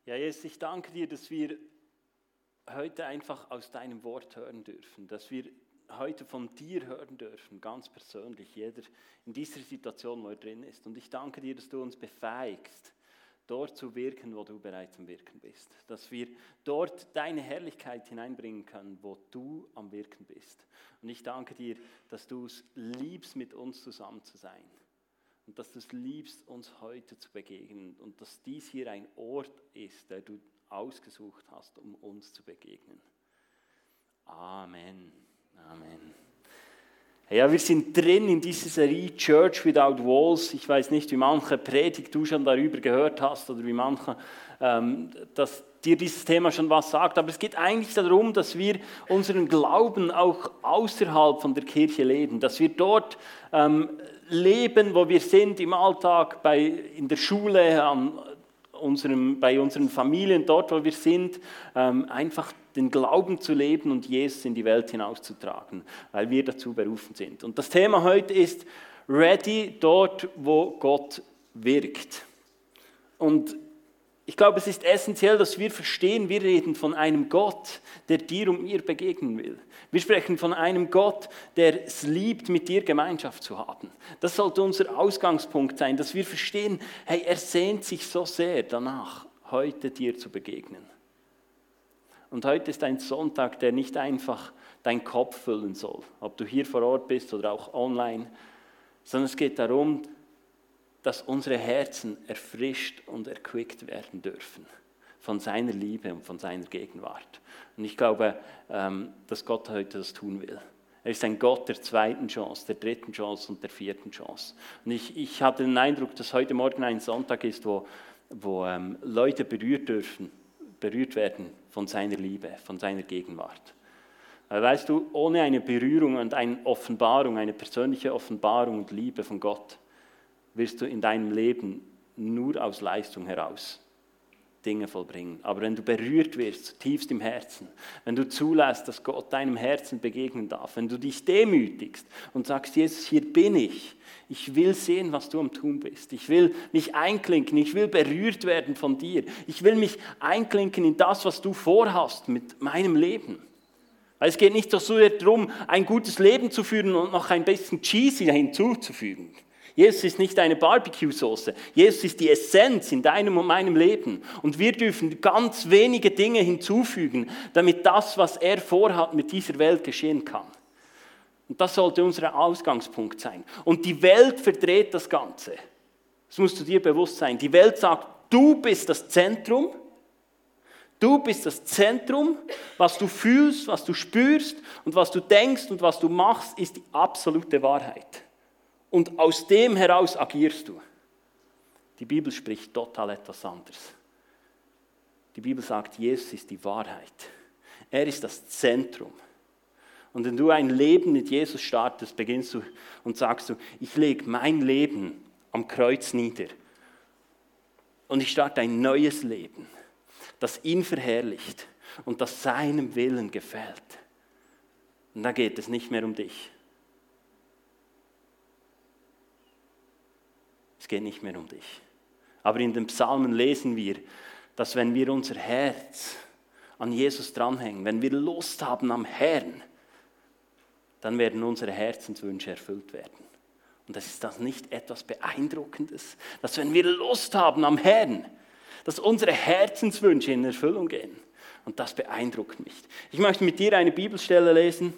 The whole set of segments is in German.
Ja, Jesus, ich danke dir, dass wir heute einfach aus deinem Wort hören dürfen, dass wir heute von dir hören dürfen, ganz persönlich, jeder in dieser Situation, wo er drin ist. Und ich danke dir, dass du uns befähigst, dort zu wirken, wo du bereits am Wirken bist. Dass wir dort deine Herrlichkeit hineinbringen können, wo du am Wirken bist. Und ich danke dir, dass du es liebst, mit uns zusammen zu sein. Und dass du es liebst, uns heute zu begegnen. Und dass dies hier ein Ort ist, der du ausgesucht hast, um uns zu begegnen. Amen. Amen. Ja, wir sind drin in dieser Serie Church Without Walls. Ich weiß nicht, wie manche Predigt du schon darüber gehört hast oder wie manche, dass dir dieses Thema schon was sagt. Aber es geht eigentlich darum, dass wir unseren Glauben auch außerhalb von der Kirche leben. Dass wir dort leben, wo wir sind, im Alltag, in der Schule, bei unseren Familien, dort, wo wir sind, einfach den Glauben zu leben und Jesus in die Welt hinauszutragen, weil wir dazu berufen sind. Und das Thema heute ist Ready, dort, wo Gott wirkt. Und ich glaube, es ist essentiell, dass wir verstehen, wir reden von einem Gott, der dir und mir begegnen will. Wir sprechen von einem Gott, der es liebt, mit dir Gemeinschaft zu haben. Das sollte unser Ausgangspunkt sein, dass wir verstehen, hey, er sehnt sich so sehr danach, heute dir zu begegnen. Und heute ist ein Sonntag, der nicht einfach deinen Kopf füllen soll, ob du hier vor Ort bist oder auch online, sondern es geht darum, dass unsere Herzen erfrischt und erquickt werden dürfen von seiner Liebe und von seiner Gegenwart. Und ich glaube, dass Gott heute das tun will. Er ist ein Gott der zweiten Chance, der dritten Chance und der vierten Chance. Und ich hatte den Eindruck, dass heute Morgen ein Sonntag ist, wo Leute berührt werden von seiner Liebe, von seiner Gegenwart. Weißt du, ohne eine Berührung und eine Offenbarung, eine persönliche Offenbarung und Liebe von Gott, wirst du in deinem Leben nur aus Leistung heraus Dinge vollbringen. Aber wenn du berührt wirst, tiefst im Herzen, wenn du zulässt, dass Gott deinem Herzen begegnen darf, wenn du dich demütigst und sagst, Jesus, hier bin ich will sehen, was du am Tun bist, ich will mich einklinken, ich will berührt werden von dir, ich will mich einklinken in das, was du vorhast mit meinem Leben. Weil es geht nicht so sehr darum, ein gutes Leben zu führen und noch ein bisschen Cheesy hinzuzufügen. Jesus ist nicht eine Barbecue-Soße. Jesus ist die Essenz in deinem und meinem Leben. Und wir dürfen ganz wenige Dinge hinzufügen, damit das, was er vorhat, mit dieser Welt geschehen kann. Und das sollte unser Ausgangspunkt sein. Und die Welt verdreht das Ganze. Das musst du dir bewusst sein. Die Welt sagt, du bist das Zentrum. Du bist das Zentrum. Was du fühlst, was du spürst und was du denkst und was du machst, ist die absolute Wahrheit. Und aus dem heraus agierst du. Die Bibel spricht total etwas anderes. Die Bibel sagt, Jesus ist die Wahrheit. Er ist das Zentrum. Und wenn du ein Leben mit Jesus startest, beginnst du und sagst du, ich lege mein Leben am Kreuz nieder. Und ich starte ein neues Leben, das ihn verherrlicht und das seinem Willen gefällt. Und da geht es nicht mehr um dich. Es geht nicht mehr um dich. Aber in den Psalmen lesen wir, dass wenn wir unser Herz an Jesus dranhängen, wenn wir Lust haben am Herrn, dann werden unsere Herzenswünsche erfüllt werden. Und das ist das nicht etwas Beeindruckendes, dass wenn wir Lust haben am Herrn, dass unsere Herzenswünsche in Erfüllung gehen. Und das beeindruckt mich. Ich möchte mit dir eine Bibelstelle lesen.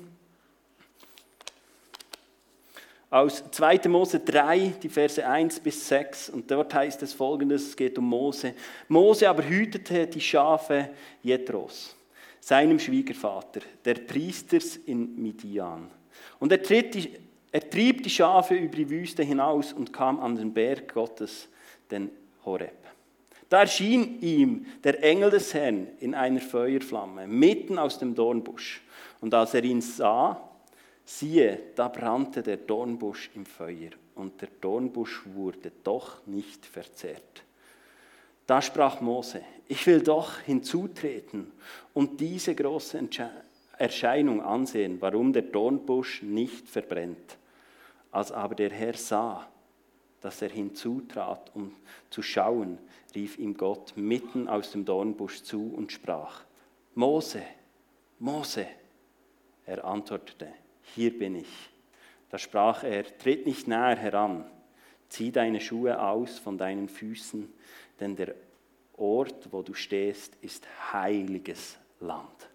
Aus 2. Mose 3, die Verse 1 bis 6, und dort heißt es Folgendes, es geht um Mose. Mose aber hütete die Schafe Jethros, seinem Schwiegervater, der Priesters in Midian. Und er trieb die Schafe über die Wüste hinaus und kam an den Berg Gottes, den Horeb. Da erschien ihm der Engel des Herrn in einer Feuerflamme, mitten aus dem Dornbusch. Und als er ihn sah, siehe, da brannte der Dornbusch im Feuer und der Dornbusch wurde doch nicht verzehrt. Da sprach Mose, ich will doch hinzutreten und diese große Erscheinung ansehen, warum der Dornbusch nicht verbrennt. Als aber der Herr sah, dass er hinzutrat, um zu schauen, rief ihm Gott mitten aus dem Dornbusch zu und sprach: Mose, Mose. Er antwortete: Hier bin ich. Da sprach er: Tritt nicht näher heran, zieh deine Schuhe aus von deinen Füßen, denn der Ort, wo du stehst, ist heiliges Land.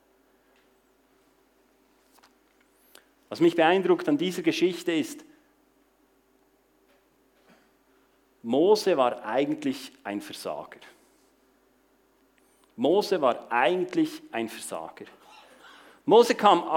Was mich beeindruckt an dieser Geschichte ist, Mose war eigentlich ein Versager. Mose war eigentlich ein Versager. Mose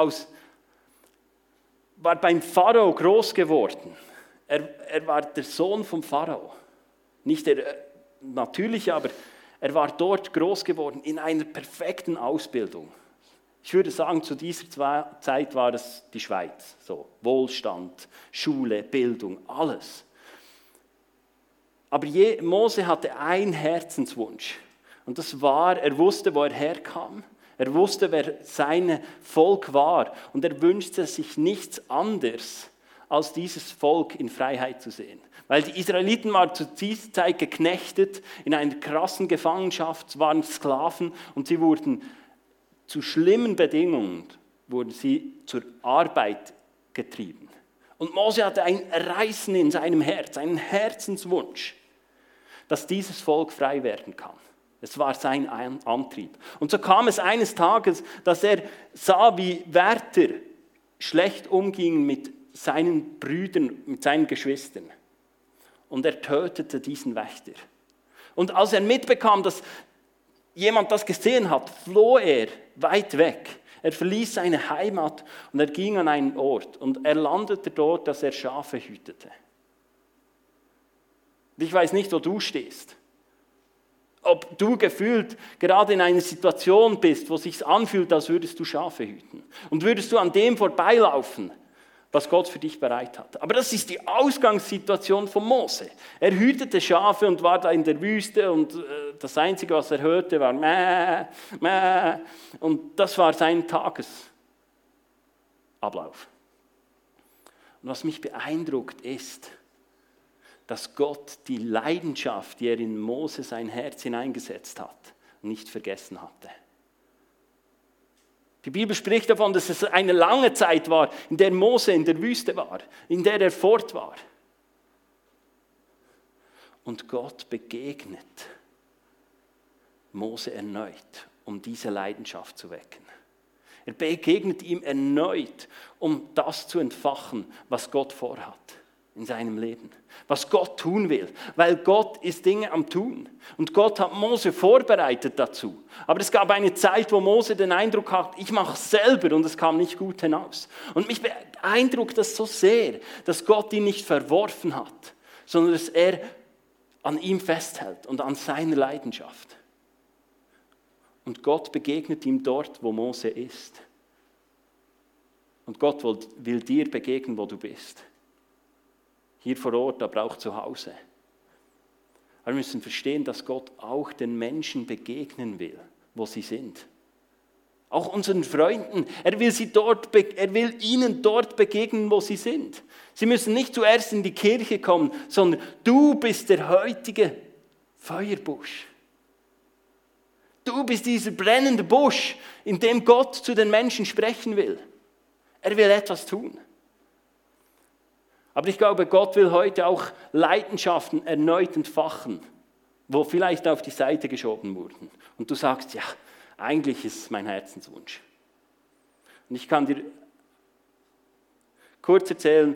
war beim Pharao groß geworden. Er war der Sohn vom Pharao. Nicht der natürliche, aber er war dort groß geworden in einer perfekten Ausbildung. Ich würde sagen, zu dieser Zeit war es die Schweiz. So, Wohlstand, Schule, Bildung, alles. Aber Mose hatte einen Herzenswunsch. Und das war, er wusste, wo er herkam. Er wusste, wer sein Volk war. Und er wünschte sich nichts anderes, als dieses Volk in Freiheit zu sehen. Weil die Israeliten waren zu dieser Zeit geknechtet, in einer krassen Gefangenschaft, waren Sklaven und sie wurden zu schlimmen Bedingungen zur Arbeit getrieben. Und Mose hatte ein Reißen in seinem Herz, einen Herzenswunsch, dass dieses Volk frei werden kann. Es war sein Antrieb. Und so kam es eines Tages, dass er sah, wie Wärter schlecht umgingen mit seinen Brüdern, mit seinen Geschwistern. Und er tötete diesen Wächter. Und als er mitbekam, dass jemand das gesehen hat, floh er weit weg. Er verließ seine Heimat und er ging an einen Ort. Und er landete dort, dass er Schafe hütete. Ich weiß nicht, wo du stehst. Ob du gefühlt gerade in einer Situation bist, wo es sich anfühlt, als würdest du Schafe hüten. Und würdest du an dem vorbeilaufen, was Gott für dich bereit hat. Aber das ist die Ausgangssituation von Mose. Er hütete Schafe und war da in der Wüste und das Einzige, was er hörte, war Mäh, Mäh. Und das war sein Tagesablauf. Und was mich beeindruckt ist, dass Gott die Leidenschaft, die er in Mose sein Herz hineingesetzt hat, nicht vergessen hatte. Die Bibel spricht davon, dass es eine lange Zeit war, in der Mose in der Wüste war, in der er fort war. Und Gott begegnet Mose erneut, um diese Leidenschaft zu wecken. Er begegnet ihm erneut, um das zu entfachen, was Gott vorhat in seinem Leben. Was Gott tun will, weil Gott ist Dinge am Tun. Und Gott hat Mose vorbereitet dazu. Aber es gab eine Zeit, wo Mose den Eindruck hat, ich mache es selber und es kam nicht gut hinaus. Und mich beeindruckt das so sehr, dass Gott ihn nicht verworfen hat, sondern dass er an ihm festhält und an seiner Leidenschaft. Und Gott begegnet ihm dort, wo Mose ist. Und Gott will dir begegnen, wo du bist. Hier vor Ort, aber auch zu Hause. Aber wir müssen verstehen, dass Gott auch den Menschen begegnen will, wo sie sind. Auch unseren Freunden. Er will ihnen dort begegnen, wo sie sind. Sie müssen nicht zuerst in die Kirche kommen, sondern du bist der heutige Feuerbusch. Du bist dieser brennende Busch, in dem Gott zu den Menschen sprechen will. Er will etwas tun. Aber ich glaube, Gott will heute auch Leidenschaften erneut entfachen, wo vielleicht auf die Seite geschoben wurden. Und du sagst, ja, eigentlich ist es mein Herzenswunsch. Und ich kann dir kurz erzählen,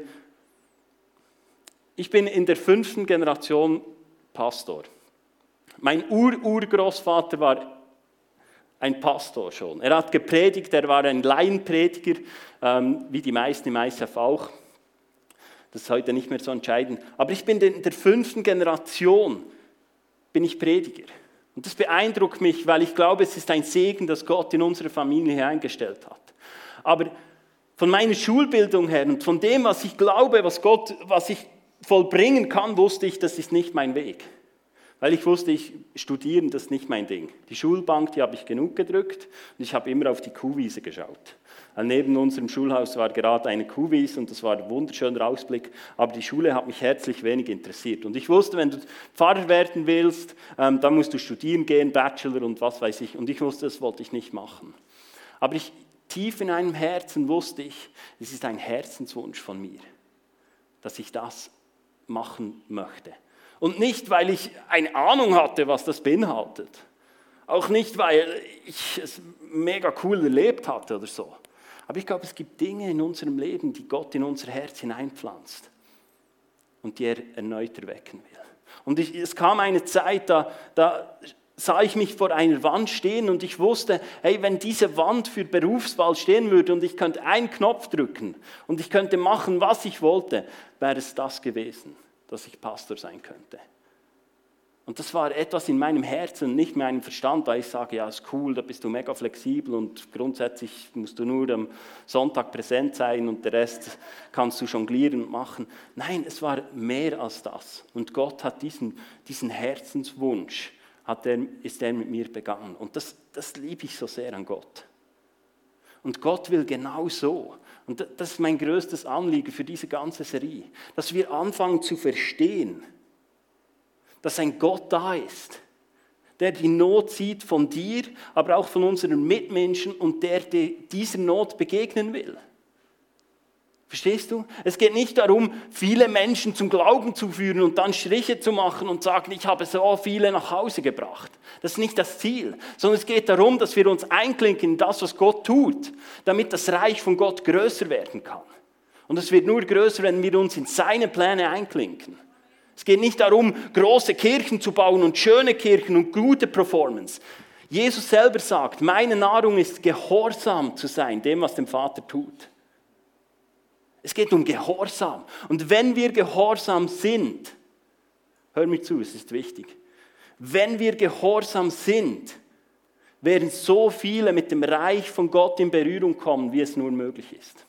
ich bin in der 5. Generation Pastor. Mein Urgroßvater war ein Pastor schon. Er hat gepredigt, er war ein Laienprediger, wie die meisten im ICF auch. Das ist heute nicht mehr so entscheidend. Aber ich bin in der 5. Generation, bin ich Prediger. Und das beeindruckt mich, weil ich glaube, es ist ein Segen, das Gott in unsere Familie hineingestellt hat. Aber von meiner Schulbildung her und von dem, was ich glaube, was ich vollbringen kann, wusste ich, das ist nicht mein Weg. Weil ich wusste, studieren, das ist nicht mein Ding. Die Schulbank, die habe ich genug gedrückt und ich habe immer auf die Kuhwiese geschaut. Weil neben unserem Schulhaus war gerade eine Kuhwiese und das war ein wunderschöner Ausblick, aber die Schule hat mich herzlich wenig interessiert. Und ich wusste, wenn du Pfarrer werden willst, dann musst du studieren gehen, Bachelor und was weiß ich. Und ich wusste, das wollte ich nicht machen. Aber tief in meinem Herzen wusste ich, es ist ein Herzenswunsch von mir, dass ich das machen möchte. Und nicht, weil ich eine Ahnung hatte, was das beinhaltet. Auch nicht, weil ich es mega cool erlebt hatte oder so. Aber ich glaube, es gibt Dinge in unserem Leben, die Gott in unser Herz hineinpflanzt und die er erneut erwecken will. Und es kam eine Zeit, da sah ich mich vor einer Wand stehen und ich wusste, hey, wenn diese Wand für Berufswahl stehen würde und ich könnte einen Knopf drücken und ich könnte machen, was ich wollte, wäre es das gewesen, dass ich Pastor sein könnte. Und das war etwas in meinem Herzen, nicht in meinem Verstand, weil ich sage, ja, ist cool, da bist du mega flexibel und grundsätzlich musst du nur am Sonntag präsent sein und der Rest kannst du jonglieren und machen. Nein, es war mehr als das. Und Gott hat diesen Herzenswunsch, ist er mit mir begangen. Und das liebe ich so sehr an Gott. Und Gott will genau so. Und das ist mein größtes Anliegen für diese ganze Serie, dass wir anfangen zu verstehen, dass ein Gott da ist, der die Not sieht von dir, aber auch von unseren Mitmenschen und der dieser Not begegnen will. Verstehst du? Es geht nicht darum, viele Menschen zum Glauben zu führen und dann Striche zu machen und sagen, ich habe so viele nach Hause gebracht. Das ist nicht das Ziel, sondern es geht darum, dass wir uns einklinken in das, was Gott tut, damit das Reich von Gott größer werden kann. Und es wird nur größer, wenn wir uns in seine Pläne einklinken. Es geht nicht darum, große Kirchen zu bauen und schöne Kirchen und gute Performance. Jesus selber sagt, meine Nahrung ist Gehorsam zu sein, dem, was der Vater tut. Es geht um Gehorsam. Und wenn wir gehorsam sind, hör mir zu, es ist wichtig, wenn wir gehorsam sind, werden so viele mit dem Reich von Gott in Berührung kommen, wie es nur möglich ist.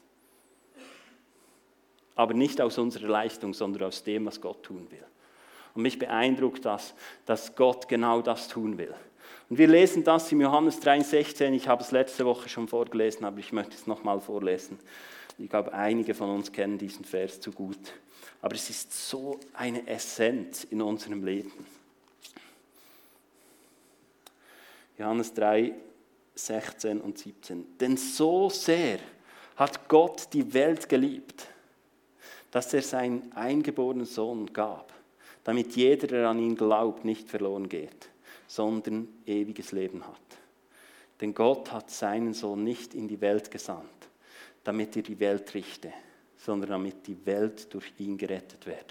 Aber nicht aus unserer Leistung, sondern aus dem, was Gott tun will. Und mich beeindruckt das, dass Gott genau das tun will. Und wir lesen das im Johannes 3,16. Ich habe es letzte Woche schon vorgelesen, aber ich möchte es nochmal vorlesen. Ich glaube, einige von uns kennen diesen Vers zu gut. Aber es ist so eine Essenz in unserem Leben. Johannes 3, 16 und 17. Denn so sehr hat Gott die Welt geliebt, dass er seinen eingeborenen Sohn gab, damit jeder, der an ihn glaubt, nicht verloren geht, sondern ewiges Leben hat. Denn Gott hat seinen Sohn nicht in die Welt gesandt, damit er die Welt richte, sondern damit die Welt durch ihn gerettet werde.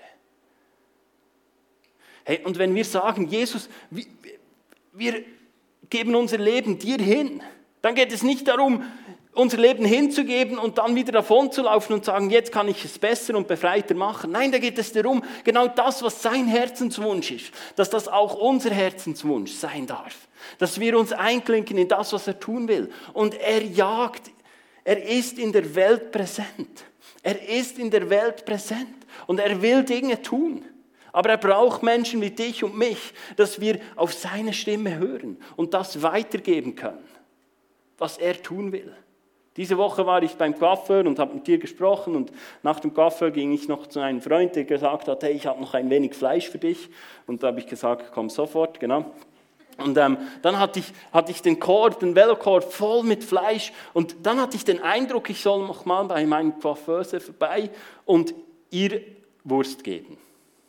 Hey, und wenn wir sagen, Jesus, wir geben unser Leben dir hin, dann geht es nicht darum, unser Leben hinzugeben und dann wieder davon zu laufen und sagen, jetzt kann ich es besser und befreiter machen. Nein, da geht es darum, genau das, was sein Herzenswunsch ist, dass das auch unser Herzenswunsch sein darf. Dass wir uns einklinken in das, was er tun will. Und er ist in der Welt präsent. Er ist in der Welt präsent und er will Dinge tun. Aber er braucht Menschen wie dich und mich, dass wir auf seine Stimme hören und das weitergeben können, was er tun will. Diese Woche war ich beim Coiffeur und habe mit dir gesprochen und nach dem Coiffeur ging ich noch zu einem Freund, der gesagt hat, hey, ich habe noch ein wenig Fleisch für dich. Und da habe ich gesagt, komm sofort, genau. Und dann hatte ich den Velokorb voll mit Fleisch und dann hatte ich den Eindruck, ich soll noch mal bei meinem Coiffeuse vorbei und ihr Wurst geben.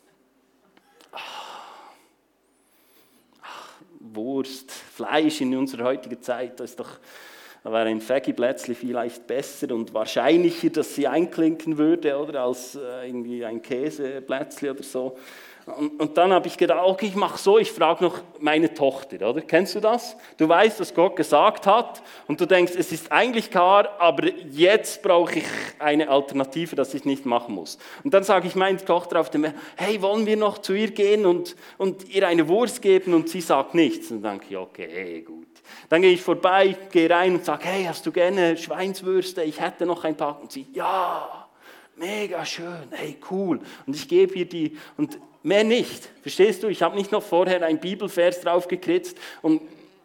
Wurst, Fleisch in unserer heutigen Zeit, da wäre ein Veggie-Plätzli vielleicht besser und wahrscheinlicher, dass sie einklinken würde, oder, als irgendwie ein Käseplätzli oder so. Und dann habe ich gedacht, okay, ich mache so, ich frage noch meine Tochter, oder? Kennst du das? Du weißt, was Gott gesagt hat und du denkst, es ist eigentlich klar, aber jetzt brauche ich eine Alternative, dass ich nicht machen muss. Und dann sage ich meiner Tochter auf dem Weg, hey, wollen wir noch zu ihr gehen und ihr eine Wurst geben? Und sie sagt nichts. Und dann denke ich, okay, gut. Dann gehe ich vorbei, gehe rein und sage, hey, hast du gerne Schweinswürste? Ich hätte noch ein paar. Und sie, ja, mega schön, hey, cool. Und ich gebe ihr die und mehr nicht. Verstehst du? Ich habe nicht noch vorher einen Bibelvers draufgekritzt und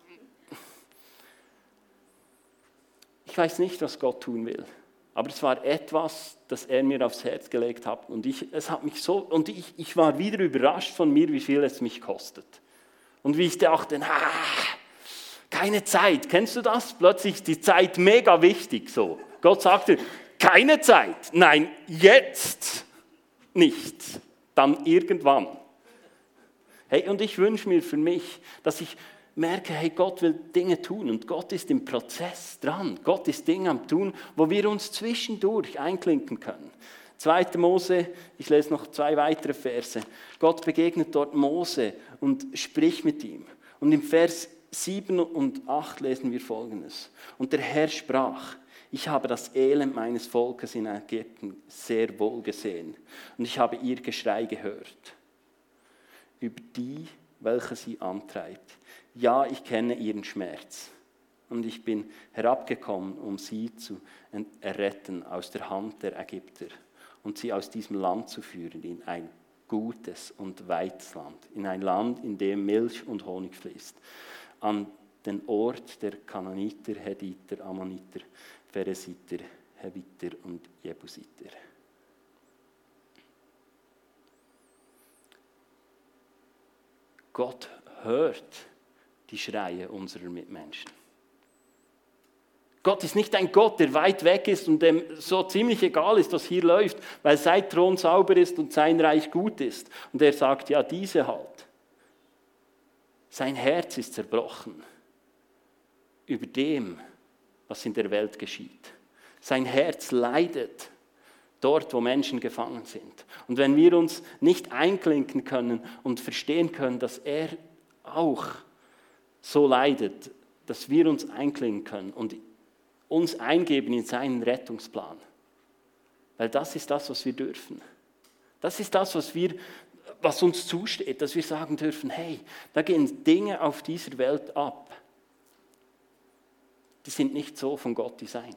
ich weiß nicht, was Gott tun will. Aber es war etwas, das er mir aufs Herz gelegt hat. Und ich war wieder überrascht von mir, wie viel es mich kostet. Und wie ich dachte, keine Zeit. Kennst du das? Plötzlich ist die Zeit mega wichtig. So. Gott sagte, keine Zeit. Nein, jetzt nicht. Dann irgendwann. Hey, und ich wünsche mir für mich, dass ich merke, hey, Gott will Dinge tun und Gott ist im Prozess dran. Gott ist Dinge am Tun, wo wir uns zwischendurch einklinken können. 2. Mose, ich lese noch 2 weitere Verse. Gott begegnet dort Mose und spricht mit ihm. Und im Vers 7 und 8 lesen wir Folgendes. Und der Herr sprach, ich habe das Elend meines Volkes in Ägypten sehr wohl gesehen und ich habe ihr Geschrei gehört über die, welche sie antreibt. Ja, ich kenne ihren Schmerz und ich bin herabgekommen, um sie zu erretten aus der Hand der Ägypter und sie aus diesem Land zu führen in ein gutes und weites Land, in ein Land, in dem Milch und Honig fließt, an den Ort der Kanaaniter, Hethiter, Ammoniter, Pheresiter, Heviter und Jebusiter. Gott hört die Schreie unserer Mitmenschen. Gott ist nicht ein Gott, der weit weg ist und dem so ziemlich egal ist, was hier läuft, weil sein Thron sauber ist und sein Reich gut ist. Und er sagt, ja, diese halt. Sein Herz ist zerbrochen über dem, was in der Welt geschieht. Sein Herz leidet dort, wo Menschen gefangen sind. Und wenn wir uns nicht einklinken können und verstehen können, dass er auch so leidet, dass wir uns einklinken können und uns eingeben in seinen Rettungsplan. Weil das ist das, was wir dürfen. Das ist das, was uns zusteht, dass wir sagen dürfen, hey, da gehen Dinge auf dieser Welt ab. Die sind nicht so von Gott designt.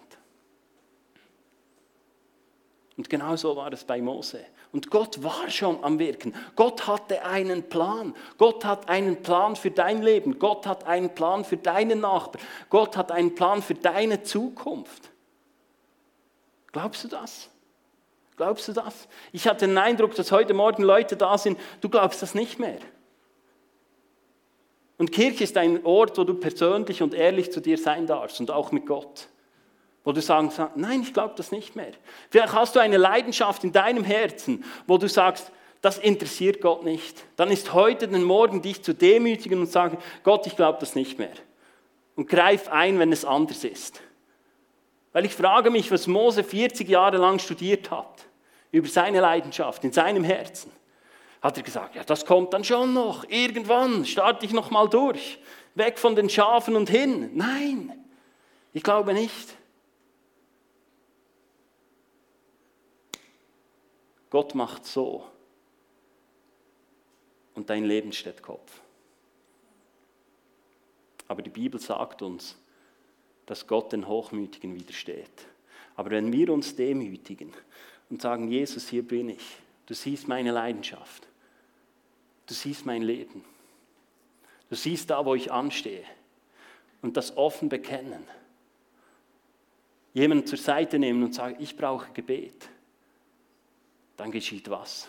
Und genau so war es bei Mose. Und Gott war schon am Wirken. Gott hatte einen Plan. Gott hat einen Plan für dein Leben. Gott hat einen Plan für deinen Nachbarn. Gott hat einen Plan für deine Zukunft. Glaubst du das? Glaubst du das? Ich hatte den Eindruck, dass heute Morgen Leute da sind, du glaubst das nicht mehr. Und Kirche ist ein Ort, wo du persönlich und ehrlich zu dir sein darfst und auch mit Gott. Wo du sagst, nein, ich glaube das nicht mehr. Vielleicht hast du eine Leidenschaft in deinem Herzen, wo du sagst, das interessiert Gott nicht. Dann ist heute den Morgen dich zu demütigen und sagen, Gott, ich glaube das nicht mehr. Und greif ein, wenn es anders ist. Weil ich frage mich, was Mose 40 Jahre lang studiert hat, über seine Leidenschaft in seinem Herzen. Hat er gesagt, ja, das kommt dann schon noch. Irgendwann starte ich noch mal durch. Weg von den Schafen und hin. Nein, ich glaube nicht. Gott macht so und dein Leben steht Kopf. Aber die Bibel sagt uns, dass Gott den Hochmütigen widersteht. Aber wenn wir uns demütigen und sagen, Jesus, hier bin ich, du siehst meine Leidenschaft, du siehst mein Leben, du siehst da, wo ich anstehe und das offen bekennen, jemanden zur Seite nehmen und sagen, ich brauche Gebet. Dann geschieht was?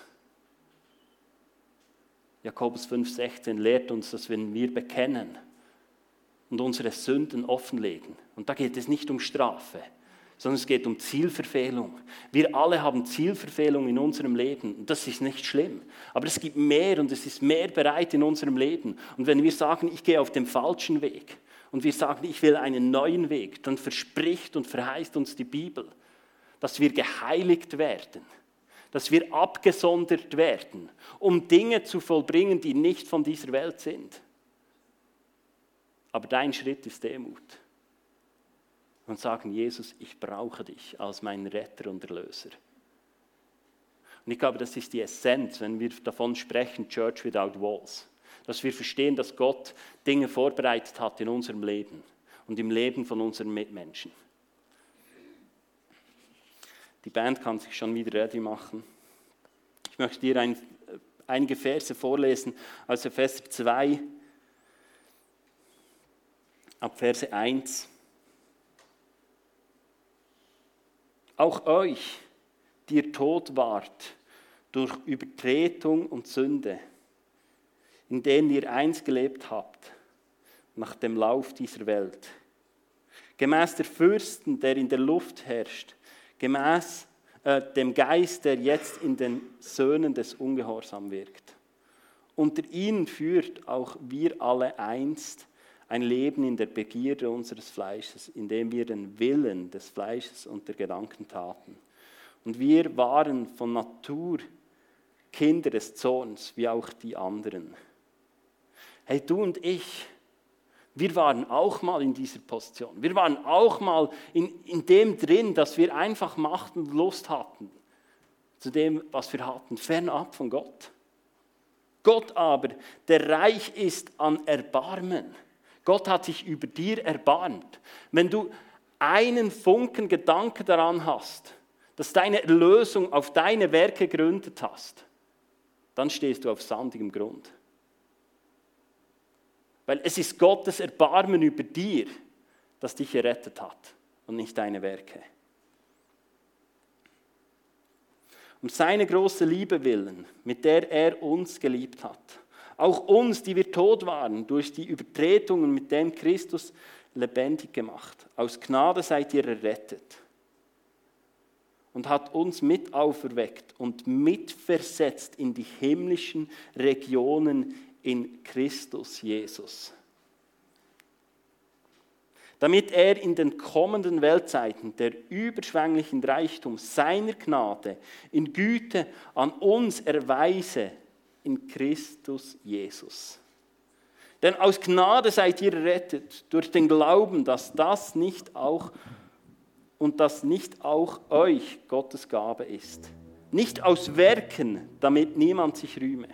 Jakobus 5,16 lehrt uns, dass wenn wir bekennen und unsere Sünden offenlegen, und da geht es nicht um Strafe, sondern es geht um Zielverfehlung. Wir alle haben Zielverfehlung in unserem Leben und das ist nicht schlimm. Aber es gibt mehr und es ist mehr bereit in unserem Leben. Und wenn wir sagen, ich gehe auf dem falschen Weg und wir sagen, ich will einen neuen Weg, dann verspricht und verheißt uns die Bibel, dass wir geheiligt werden. Dass wir abgesondert werden, um Dinge zu vollbringen, die nicht von dieser Welt sind. Aber dein Schritt ist Demut. Und sagen, Jesus, ich brauche dich als meinen Retter und Erlöser. Und ich glaube, das ist die Essenz, wenn wir davon sprechen, Church Without Walls. Dass wir verstehen, dass Gott Dinge vorbereitet hat in unserem Leben und im Leben von unseren Mitmenschen. Die Band kann sich schon wieder ready machen. Ich möchte dir einige Verse vorlesen aus Epheser 2, ab Verse 1. Auch euch, die ihr tot wart, durch Übertretung und Sünde, in denen ihr einst gelebt habt, nach dem Lauf dieser Welt, gemäß der Fürsten, der in der Luft herrscht, gemäß dem Geist, der jetzt in den Söhnen des Ungehorsams wirkt. Unter ihnen führt auch wir alle einst ein Leben in der Begierde unseres Fleisches, indem wir den Willen des Fleisches und der Gedanken taten. Und wir waren von Natur Kinder des Zorns, wie auch die anderen. Hey, du und ich, wir waren auch mal in dieser Position. Wir waren auch mal in dem drin, dass wir einfach Macht und Lust hatten zu dem, was wir hatten, fernab von Gott. Gott aber, der reich ist an Erbarmen. Gott hat sich über dir erbarmt. Wenn du einen Funken Gedanke daran hast, dass deine Erlösung auf deine Werke gegründet hast, dann stehst du auf sandigem Grund. Weil es ist Gottes Erbarmen über dir, das dich errettet hat und nicht deine Werke. Um seine große Liebe willen, mit der er uns geliebt hat. Auch uns, die wir tot waren, durch die Übertretungen, mit denen Christus lebendig gemacht. Aus Gnade seid ihr errettet. Und hat uns mit auferweckt und mitversetzt in die himmlischen Regionen in Christus Jesus. Damit er in den kommenden Weltzeiten der überschwänglichen Reichtum seiner Gnade in Güte an uns erweise in Christus Jesus. Denn aus Gnade seid ihr errettet durch den Glauben, dass das nicht auch euch Gottes Gabe ist. Nicht aus Werken, damit niemand sich rühme.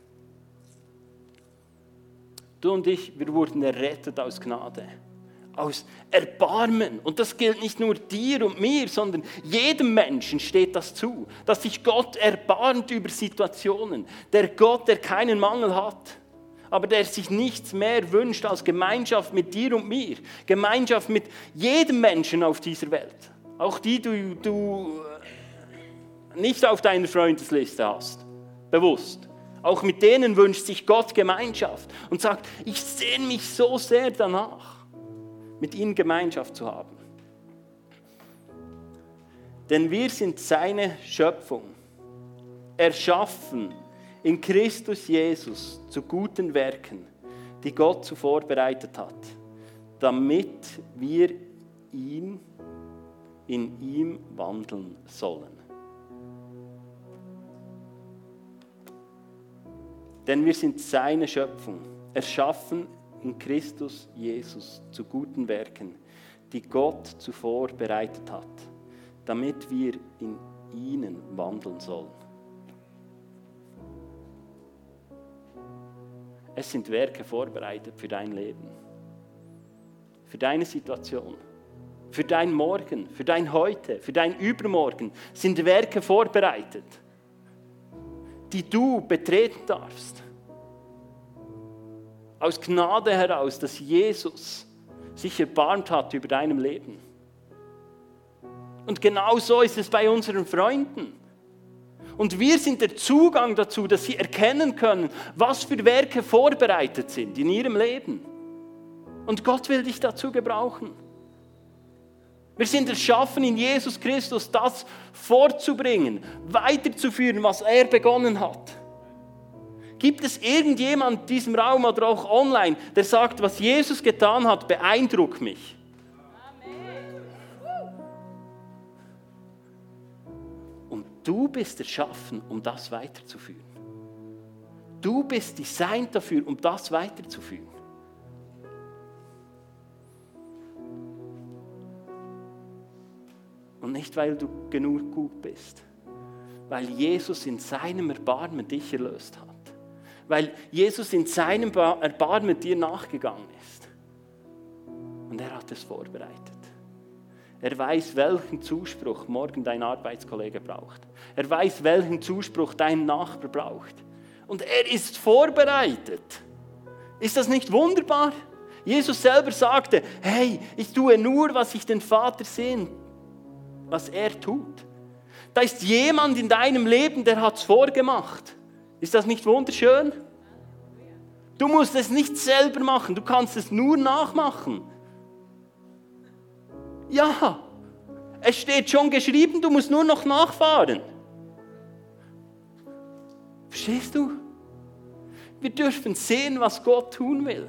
Du und ich, wir wurden errettet aus Gnade, aus Erbarmen. Und das gilt nicht nur dir und mir, sondern jedem Menschen steht das zu, dass sich Gott erbarmt über Situationen. Der Gott, der keinen Mangel hat, aber der sich nichts mehr wünscht als Gemeinschaft mit dir und mir, Gemeinschaft mit jedem Menschen auf dieser Welt. Auch die du nicht auf deiner Freundesliste hast, bewusst. Auch mit denen wünscht sich Gott Gemeinschaft und sagt, ich sehne mich so sehr danach, mit ihnen Gemeinschaft zu haben. Denn wir sind seine Schöpfung, erschaffen in Christus Jesus zu guten Werken, die Gott zuvor bereitet hat, damit wir in ihm wandeln sollen. Denn wir sind seine Schöpfung, erschaffen in Christus Jesus zu guten Werken, die Gott zuvor bereitet hat, damit wir in ihnen wandeln sollen. Es sind Werke vorbereitet für dein Leben, für deine Situation, für dein Morgen, für dein Heute, für dein Übermorgen sind Werke vorbereitet, die du betreten darfst. Aus Gnade heraus, dass Jesus sich erbarmt hat über deinem Leben. Und genau so ist es bei unseren Freunden. Und wir sind der Zugang dazu, dass sie erkennen können, was für Werke vorbereitet sind in ihrem Leben. Und Gott will dich dazu gebrauchen. Wir sind erschaffen in Jesus Christus, das vorzubringen, weiterzuführen, was er begonnen hat. Gibt es irgendjemand in diesem Raum oder auch online, der sagt, was Jesus getan hat, beeindruckt mich? Und du bist erschaffen, um das weiterzuführen. Du bist designt dafür, um das weiterzuführen. Und nicht, weil du genug gut bist, weil Jesus in seinem Erbarmen dich erlöst hat. Weil Jesus in seinem Erbarmen dir nachgegangen ist. Und er hat es vorbereitet. Er weiß, welchen Zuspruch morgen dein Arbeitskollege braucht. Er weiß, welchen Zuspruch dein Nachbar braucht. und er ist vorbereitet. Ist das nicht wunderbar? Jesus selber sagte, hey, ich tue nur, was ich den Vater sehe, was er tut. Da ist jemand in deinem Leben, der hat es vorgemacht. Ist das nicht wunderschön? Du musst es nicht selber machen, du kannst es nur nachmachen. Ja, es steht schon geschrieben, du musst nur noch nachfahren. Verstehst du? Wir dürfen sehen, was Gott tun will.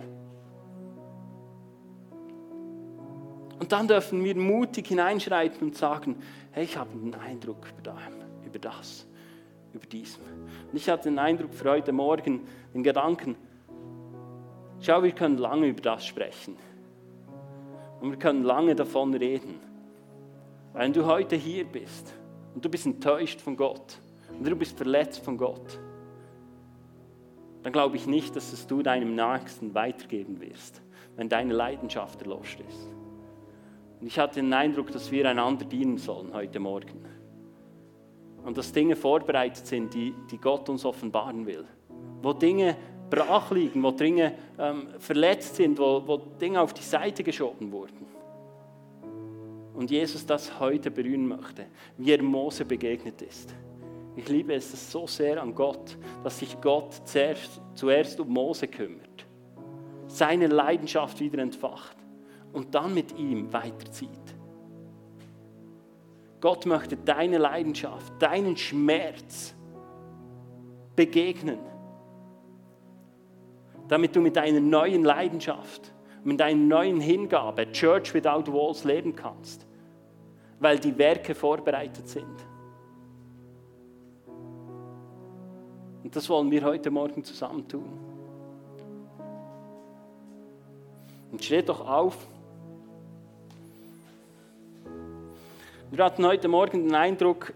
Und dann dürfen wir mutig hineinschreiten und sagen, hey, ich habe einen Eindruck über das, über diesem. Und ich hatte den Eindruck für heute Morgen, den Gedanken, schau, wir können lange über das sprechen. Und wir können lange davon reden. Wenn du heute hier bist und du bist enttäuscht von Gott und du bist verletzt von Gott, dann glaube ich nicht, dass es du deinem Nächsten weitergeben wirst, wenn deine Leidenschaft erloschen ist. Und ich hatte den Eindruck, dass wir einander dienen sollen heute Morgen. Und dass Dinge vorbereitet sind, die Gott uns offenbaren will. Wo Dinge brach liegen, wo Dinge verletzt sind, wo Dinge auf die Seite geschoben wurden. Und Jesus das heute berühren möchte, wie er Mose begegnet ist. Ich liebe es so sehr an Gott, dass sich Gott zuerst um Mose kümmert, seine Leidenschaft wieder entfacht und dann mit ihm weiterzieht. Gott möchte deine Leidenschaft, deinen Schmerz begegnen, damit du mit deiner neuen Leidenschaft, mit deiner neuen Hingabe Church Without Walls leben kannst, weil die Werke vorbereitet sind. Und das wollen wir heute Morgen zusammen tun. Und steht doch auf. Wir hatten heute Morgen den Eindruck,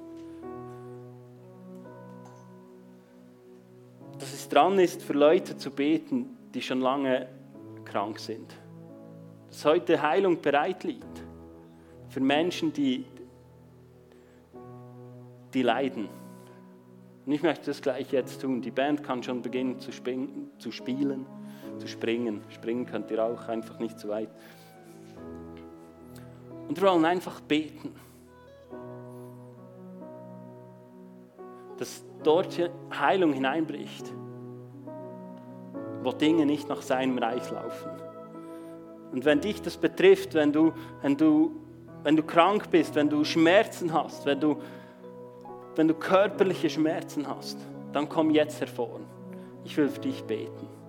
dass es dran ist, für Leute zu beten, die schon lange krank sind. Dass heute Heilung bereit liegt. Für Menschen, die leiden. Und ich möchte das gleich jetzt tun. Die Band kann schon beginnen zu spielen, zu springen. Springen könnt ihr auch, einfach nicht zu weit. Und wir wollen einfach beten. Dass dort Heilung hineinbricht. Wo Dinge nicht nach seinem Reich laufen. Und wenn dich das betrifft, wenn du krank bist, wenn du Schmerzen hast, wenn du körperliche Schmerzen hast, dann komm jetzt hervor. Ich will für dich beten.